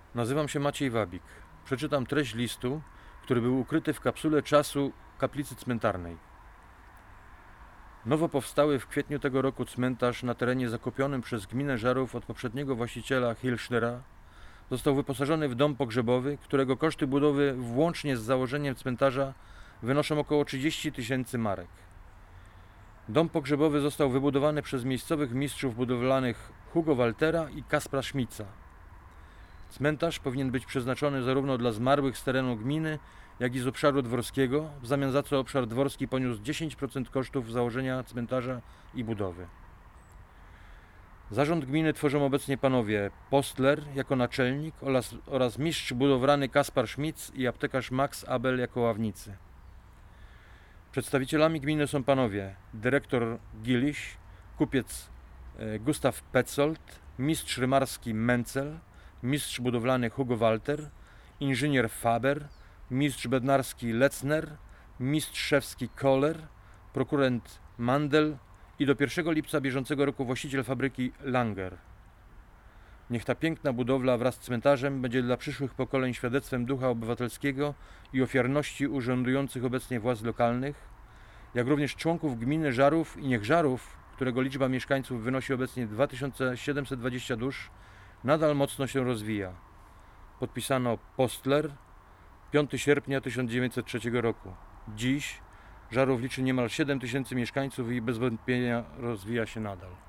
Nazywam się Maciej Wabik. Przeczytam treść listu, który był ukryty w kapsule czasu kaplicy cmentarnej. Nowo powstały w kwietniu tego roku cmentarz na terenie zakupionym przez gminę Żarów od poprzedniego właściciela Hilschnera został wyposażony w dom pogrzebowy, którego koszty budowy włącznie z założeniem cmentarza wynoszą około 30 000 marek. Dom pogrzebowy został wybudowany przez miejscowych mistrzów budowlanych Hugo Waltera i Kaspra Schmitza. Cmentarz powinien być przeznaczony zarówno dla zmarłych z terenu gminy, jak i z obszaru dworskiego, w zamian za co obszar dworski poniósł 10% kosztów założenia cmentarza i budowy. Zarząd gminy tworzą obecnie panowie Postler jako naczelnik oraz mistrz budowlany Kaspar Schmitz i aptekarz Max Abel jako ławnicy. Przedstawicielami gminy są panowie dyrektor Giliś, kupiec Gustav Petzold, mistrz rymarski Menzel, mistrz budowlany Hugo Walter, inżynier Faber, mistrz bednarski Letzner, mistrz szewski Kohler, prokurent Mandel i do 1 lipca bieżącego roku właściciel fabryki Langer. Niech ta piękna budowla wraz z cmentarzem będzie dla przyszłych pokoleń świadectwem ducha obywatelskiego i ofiarności urzędujących obecnie władz lokalnych, jak również członków gminy Żarów i niech Żarów, którego liczba mieszkańców wynosi obecnie 2720 dusz, nadal mocno się rozwija. Podpisano Postler 5 sierpnia 1903 roku. Dziś Żarów liczy niemal 7 000 mieszkańców i bez wątpienia rozwija się nadal.